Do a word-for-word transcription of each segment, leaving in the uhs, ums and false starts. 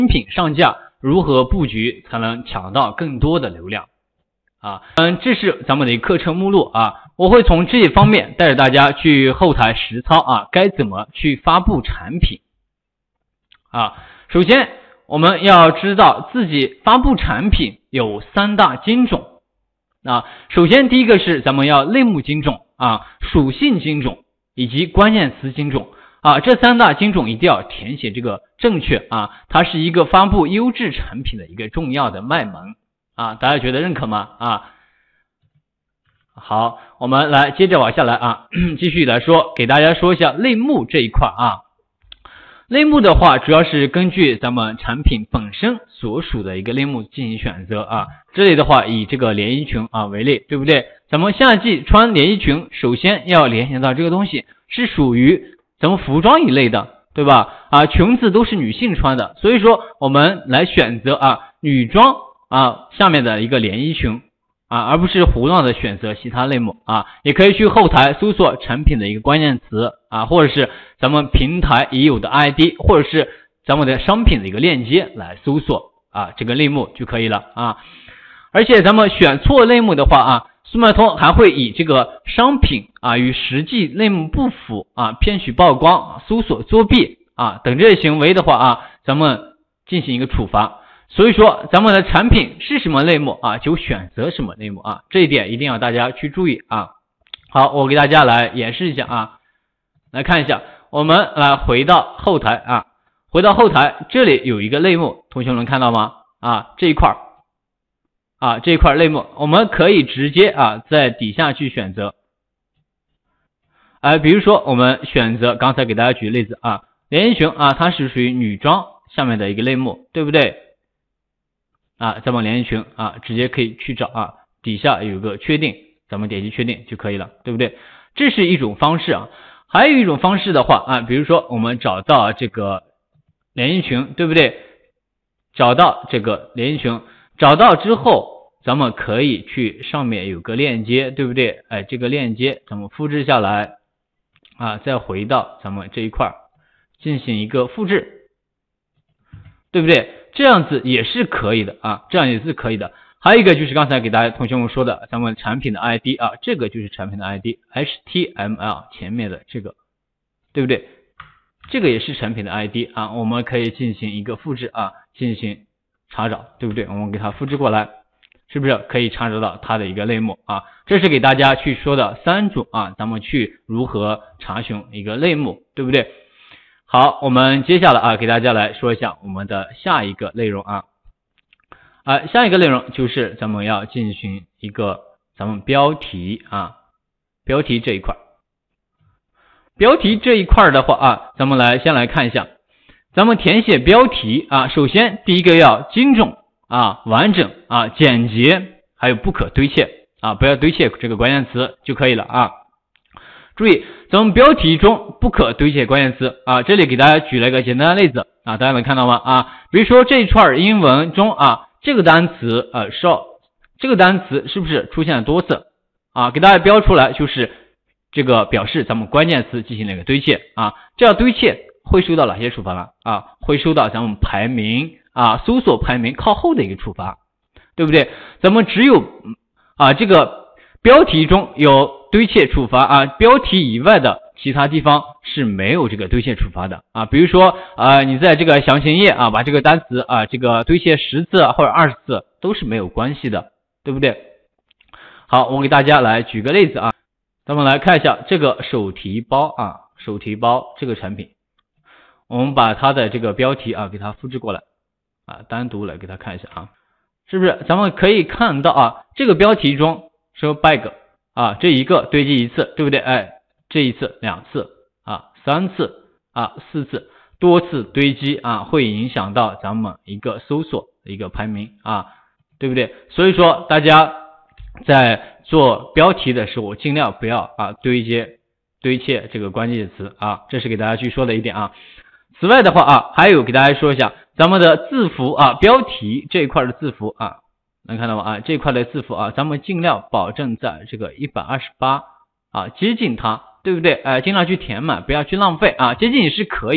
新品上架，如何布局才能抢到更多的流量啊？嗯，这是咱们的一个课程目录啊，我会从这一方面带着大家去后台实操啊，该怎么去发布产品啊？首先我们要知道自己发布产品有三大精种啊，首先第一个是咱们要类目精种啊，属性精种以及关键词精种啊，这三大精种一定要填写这个正确啊，它是一个发布优质产品的一个重要的脉门啊，大家觉得认可吗？啊，好，我们来接着往下来啊，继续来说，给大家说一下类目这一块啊。类目的话，主要是根据咱们产品本身所属的一个类目进行选择啊。这里的话，以这个连衣裙啊为例，对不对？咱们夏季穿连衣裙，首先要联想到这个东西是属于咱们服装一类的，对吧？啊，裙子都是女性穿的，所以说我们来选择啊女装啊下面的一个连衣裙啊，而不是胡乱的选择其他类目啊。也可以去后台搜索产品的一个关键词啊，或者是咱们平台已有的 I D， 或者是咱们的商品的一个链接来搜索啊这个类目就可以了啊。而且咱们选错类目的话啊，速卖通还会以这个商品啊与实际类目不符啊、骗取曝光、搜索作弊啊等这些行为的话啊，咱们进行一个处罚。所以说咱们的产品是什么类目啊，就选择什么类目啊，这一点一定要大家去注意啊。好，我给大家来演示一下啊，来看一下，我们来回到后台啊，回到后台，这里有一个类目，同学们看到吗？啊，这一块啊，这一块类目，我们可以直接啊在底下去选择。哎、呃，比如说我们选择刚才给大家举例子啊，连衣裙啊，它是属于女装下面的一个类目，对不对？啊，咱们连衣裙啊，直接可以去找啊，底下有个确定，咱们点击确定就可以了，对不对？这是一种方式啊。还有一种方式的话啊，比如说我们找到这个连衣裙，对不对？找到这个连衣裙，找到之后，咱们可以去上面有个链接，对不对？哎，这个链接咱们复制下来啊，再回到咱们这一块进行一个复制，对不对？这样子也是可以的啊，这样也是可以的。还有一个就是刚才给大家同学们说的，咱们产品的 I D 啊，这个就是产品的 I D H T M L 前面的这个，对不对？这个也是产品的 I D 啊，我们可以进行一个复制啊，进行查找，对不对？我们给它复制过来，是不是可以查找到它的一个类目啊？这是给大家去说的三种啊，咱们去如何查询一个类目，对不对？好，我们接下来啊，给大家来说一下我们的下一个内容啊。啊，下一个内容就是咱们要进行一个咱们标题啊，标题这一块。标题这一块的话啊，咱们来先来看一下，咱们填写标题啊，首先第一个要精准啊、完整啊、简洁，还有不可堆砌啊，不要堆砌这个关键词就可以了啊。注意，咱们标题中不可堆砌关键词啊，这里给大家举了一个简单的例子啊，大家能看到吗？啊，比如说这一串英文中啊，这个单词呃 show 这个单词是不是出现了多次啊？给大家标出来，就是这个表示咱们关键词进行了一个堆砌啊，这样堆砌会受到哪些处罚呢？啊，会受到咱们排名啊搜索排名靠后的一个处罚，对不对？咱们只有啊这个标题中有堆砌处罚啊，标题以外的其他地方是没有这个堆砌处罚的啊。比如说啊，你在这个详情页啊，把这个单词啊这个堆砌十次或者二十次都是没有关系的，对不对？好，我给大家来举个例子啊，咱们来看一下这个手提包啊，手提包这个产品，我们把它的这个标题啊给它复制过来啊，单独来给它看一下啊，是不是？咱们可以看到啊，这个标题中说 bag 啊，这一个堆积一次，对不对？哎，这一次、两次啊、三次啊、四次，多次堆积啊，会影响到咱们一个搜索的一个排名啊，对不对？所以说大家在做标题的时候，尽量不要啊堆积堆砌这个关键词啊，这是给大家去说的一点啊。此外的话啊，还有给大家说一下咱们的字符啊，标题这一块的字符啊。能看到吗？啊，这块的字符啊，咱们尽量保证在这个一百二十八啊，接近它，对不对？哎、呃，尽量去填满，不要去浪费啊，接近也是可以的，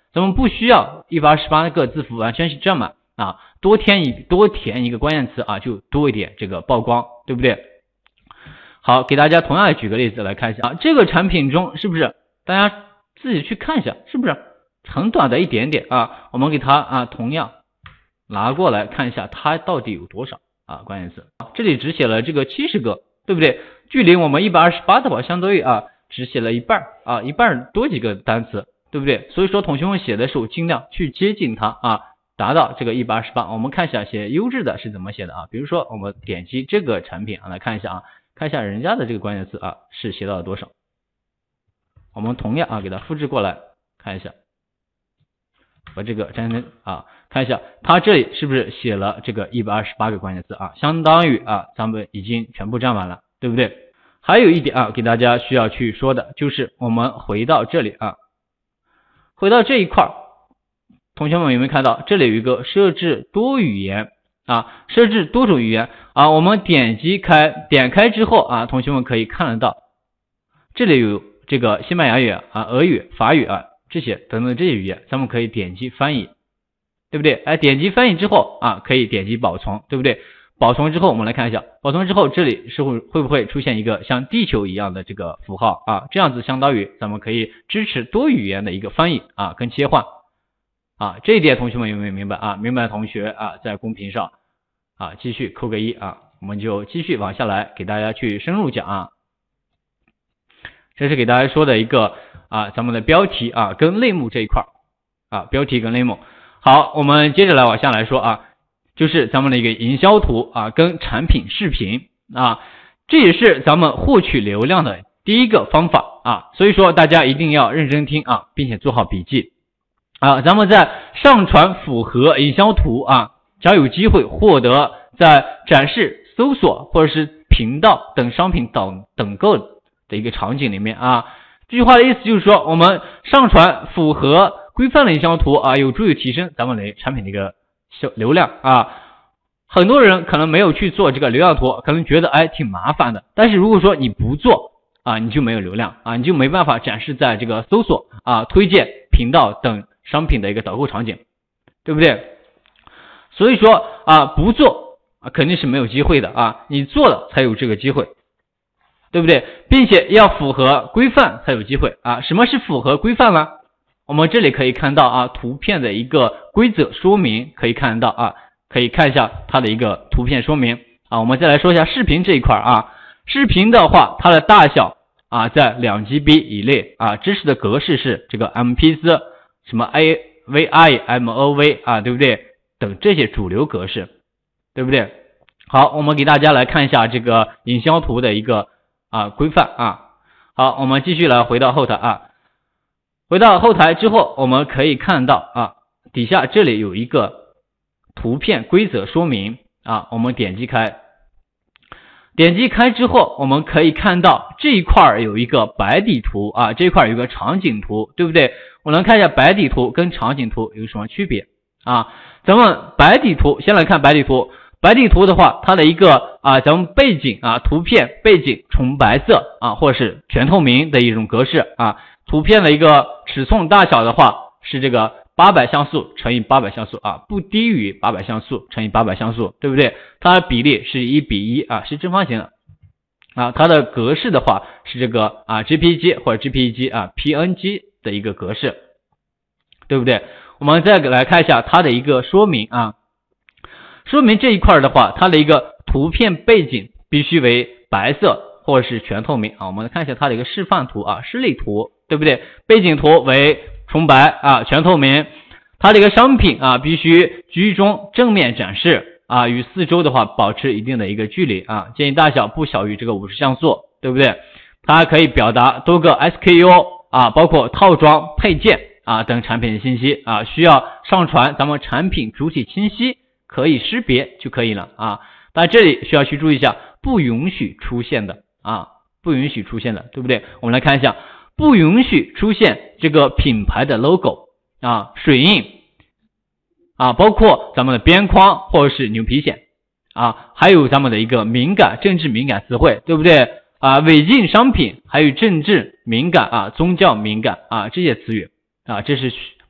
咱们不需要一百二十八个字符完全是占满啊，多填一多填一个关键词啊，就多一点这个曝光，对不对？好，给大家同样举个例子来看一下啊，这个产品中是不是大家自己去看一下，是不是很短的一点点啊？我们给它啊同样拿过来看一下，它到底有多少啊关键词？这里只写了这个七十个，对不对？距离我们一百二十八的话，相当于啊只写了一半啊，一半多几个单词，对不对？所以说同学们写的时候尽量去接近它啊，达到这个一百二十八。我们看一下写优质的是怎么写的啊？比如说我们点击这个产品啊，来看一下啊，看一下人家的这个关键词啊是写到了多少。我们同样啊给它复制过来看一下，把这个粘贴啊看一下，它这里是不是写了这个一百二十八个关键词啊？相当于啊咱们已经全部占完了，对不对？还有一点啊给大家需要去说的，就是我们回到这里啊，回到这一块，同学们有没有看到这里有一个设置多语言啊，设置多种语言啊？我们点击开点开之后啊，同学们可以看得到，这里有这个西班牙语啊、俄语、法语啊这些等等这些语言，咱们可以点击翻译，对不对？哎，点击翻译之后啊，可以点击保存，对不对？保存之后，我们来看一下，保存之后这里是会会不会出现一个像地球一样的这个符号啊？这样子相当于咱们可以支持多语言的一个翻译啊跟切换啊。这一点同学们有没有明白啊？明白的同学啊，在公屏上啊继续扣个一啊，我们就继续往下来给大家去深入讲啊。这是给大家说的一个啊咱们的标题啊跟类目这一块啊，标题跟类目。好，我们接着来往下来说啊，就是咱们的一个营销图啊跟产品视频啊，这也是咱们获取流量的第一个方法啊，所以说大家一定要认真听啊，并且做好笔记啊。咱们在上传符合营销图啊，才有机会获得在展示、搜索或者是频道等商品等等购的一个场景里面啊。这句话的意思就是说，我们上传符合规范的营销图啊，有助于提升咱们的产品的一个流量啊。很多人可能没有去做这个流量图，可能觉得哎挺麻烦的，但是如果说你不做啊，你就没有流量啊，你就没办法展示在这个搜索啊、推荐、频道等商品的一个导购场景，对不对？所以说啊，不做啊肯定是没有机会的啊，你做了才有这个机会，对不对？并且要符合规范才有机会啊。什么是符合规范呢？我们这里可以看到啊，图片的一个规则说明，可以看到啊，可以看一下它的一个图片说明啊。我们再来说一下视频这一块啊，视频的话，它的大小啊在两 G B 以内啊，支持的格式是这个 M P 四、什么 A V I、M O V 啊，对不对？等这些主流格式，对不对？好，我们给大家来看一下这个营销图的一个啊规范啊。好，我们继续来回到后台啊。回到后台之后，我们可以看到啊，底下这里有一个图片规则说明啊，我们点击开，点击开之后，我们可以看到这一块有一个白底图啊，这一块有一个场景图，对不对？我们看一下白底图跟场景图有什么区别啊？咱们白底图先来看白底图，白底图的话，它的一个啊，咱们背景啊，图片背景纯白色啊，或者是全透明的一种格式啊。图片的一个尺寸大小的话是这个八百像素乘以八百像素啊，不低于八百像素乘以八百像素，对不对？它的比例是一比一啊，是正方形的啊。它的格式的话是这个啊 J P G 或者 J P G 啊 P N G 的一个格式，对不对？我们再来看一下它的一个说明啊，说明这一块的话，它的一个图片背景必须为白色或者是全透明啊。我们看一下它的一个示范图啊，示例图，对不对？背景图为纯白啊，全透明。它的一个商品啊，必须居中正面展示啊，与四周的话保持一定的一个距离啊，建议大小不小于这个五十像素，对不对？它可以表达多个 S K U 啊，包括套装、配件啊等产品的信息啊，需要上传咱们产品主体清晰，可以识别就可以了啊。但这里需要去注意一下，不允许出现的啊，不允许出现的，对不对？我们来看一下，不允许出现这个品牌的 logo 啊、水印啊，包括咱们的边框或者是牛皮癣啊，还有咱们的一个敏感政治敏感词汇，对不对啊？违禁商品，还有政治敏感啊、宗教敏感啊这些词语啊，这是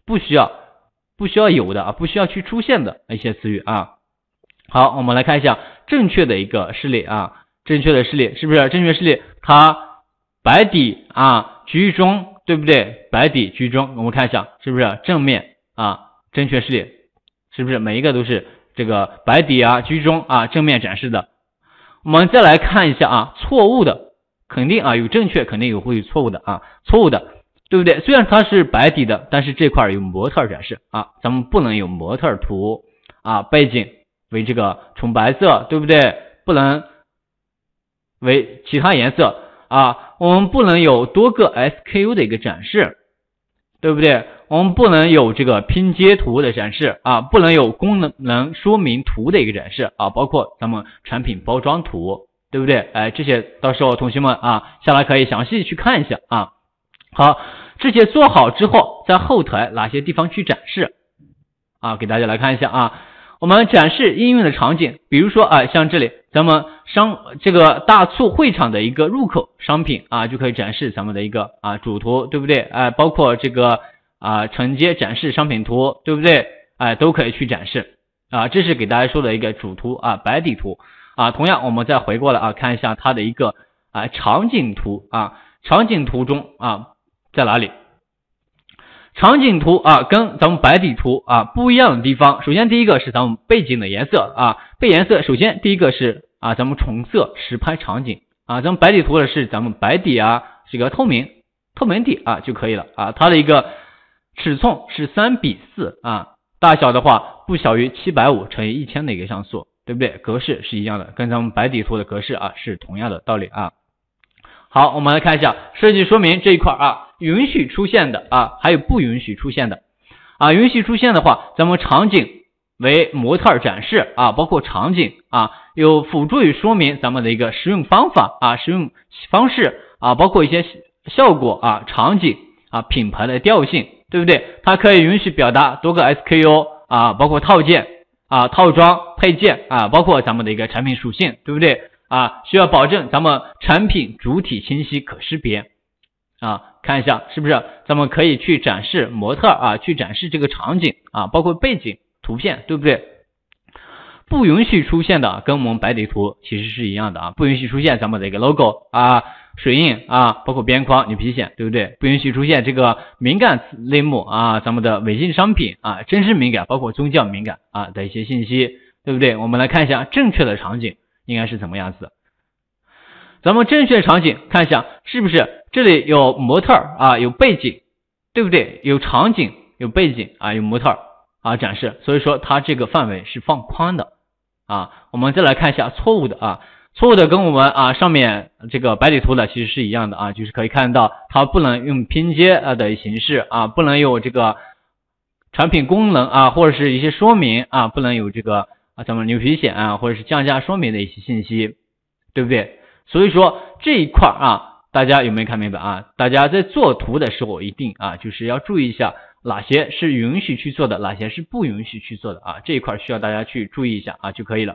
不需要不需要有的啊，不需要去出现的一些词语啊。好，我们来看一下正确的一个示例啊，正确的示例是不是正确示例？它白底啊居中，对不对？白底居中，我们看一下是不是正面啊？正确示例是不是每一个都是这个白底啊居中啊正面展示的？我们再来看一下啊，错误的肯定啊有正确，肯定有会有错误的啊，错误的对不对？虽然它是白底的，但是这块有模特展示啊，咱们不能有模特图啊，背景为这个纯白色，对不对？不能为其他颜色啊，我们不能有多个 S K U 的一个展示，对不对？我们不能有这个拼接图的展示啊，不能有功能说明图的一个展示啊，包括咱们产品包装图，对不对？哎，这些到时候同学们啊下来可以详细去看一下啊。好，这些做好之后，在后台哪些地方去展示啊？给大家来看一下啊。我们展示应用的场景，比如说啊，像这里咱们商这个大促会场的一个入口商品啊，就可以展示咱们的一个啊主图，对不对？哎，包括这个啊承接展示商品图，对不对？哎，都可以去展示啊。这是给大家说的一个主图啊，白底图啊。同样，我们再回过来啊，看一下它的一个啊场景图啊，场景图中啊在哪里？场景图啊，跟咱们白底图啊不一样的地方，首先第一个是咱们背景的颜色啊，背颜色首先第一个是啊咱们纯色实拍场景啊，咱们白底图的是咱们白底啊这个透明透明底啊就可以了啊，它的一个尺寸是三比四啊，大小的话不小于七百五乘以一千的一个像素，对不对？格式是一样的，跟咱们白底图的格式啊是同样的道理啊。好，我们来看一下设计说明这一块啊，允许出现的啊，还有不允许出现的啊。允许出现的话，咱们场景为模特展示啊，包括场景啊，有辅助于说明咱们的一个使用方法啊，使用方式啊，包括一些效果啊，场景啊，品牌的调性，对不对？它可以允许表达多个 S K U 啊，包括套件啊、套装配件啊，包括咱们的一个产品属性，对不对？啊，需要保证咱们产品主体清晰可识别啊，看一下是不是咱们可以去展示模特啊，去展示这个场景啊，包括背景图片，对不对？不允许出现的跟我们白底图其实是一样的啊，不允许出现咱们的一个 logo 啊、水印啊，包括边框、牛皮癣，对不对？不允许出现这个敏感类目啊，咱们的违禁商品啊、真实敏感，包括宗教敏感啊的一些信息，对不对？我们来看一下正确的场景应该是怎么样子。咱们正确的场景看一下是不是这里有模特啊，有背景，对不对？有场景，有背景啊，有模特啊展示，所以说它这个范围是放宽的啊。我们再来看一下错误的啊，错误的跟我们啊上面这个白底图的其实是一样的啊，就是可以看到它不能用拼接啊的形式啊，不能有这个产品功能啊，或者是一些说明啊，不能有这个啊咱们牛皮癣啊，或者是降价说明的一些信息，对不对？所以说这一块啊，大家有没有看明白啊？大家在做图的时候一定啊，就是要注意一下哪些是允许去做的，哪些是不允许去做的啊，这一块需要大家去注意一下啊就可以了。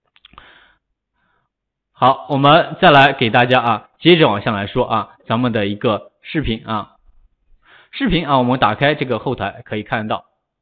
好，我们再来给大家啊，接着往下来说啊，咱们的一个视频啊，视频啊，我们打开这个后台可以看到。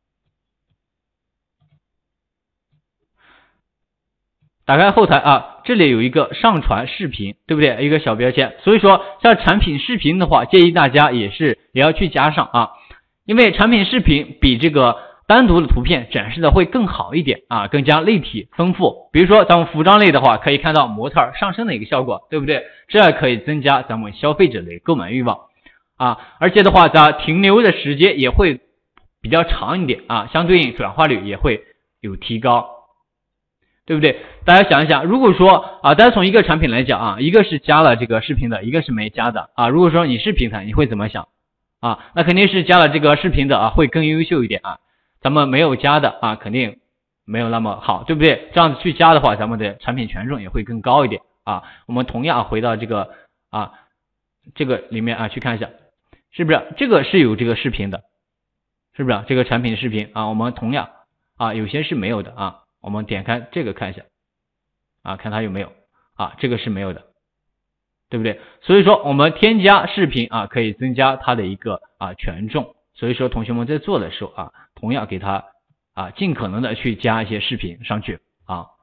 打开后台啊，这里有一个上传视频，对不对？一个小标签，所以说像产品视频的话，建议大家也是也要去加上啊，因为产品视频比这个单独的图片展示的会更好一点啊，更加立体丰富。比如说咱们服装类的话，可以看到模特上身的一个效果，对不对？这可以增加咱们消费者的购买欲望啊，而且的话，咱停留的时间也会比较长一点啊，相对应转化率也会有提高。对不对？大家想一想，如果说啊，大家从一个产品来讲啊，一个是加了这个视频的，一个是没加的啊。如果说你是平台，你会怎么想啊？那肯定是加了这个视频的啊，会更优秀一点啊。咱们没有加的啊，肯定没有那么好，对不对？这样子去加的话，咱们的产品权重也会更高一点啊。我们同样回到这个啊这个里面啊去看一下，是不是这个是有这个视频的？是不是这个产品视频啊？我们同样啊，有些是没有的啊。我们点开这个看一下啊，看它有没有啊，这个是没有的，对不对？所以说我们添加视频啊，可以增加它的一个啊权重所以说同学们在做的时候啊，同样给他啊尽可能的去加一些视频上去啊。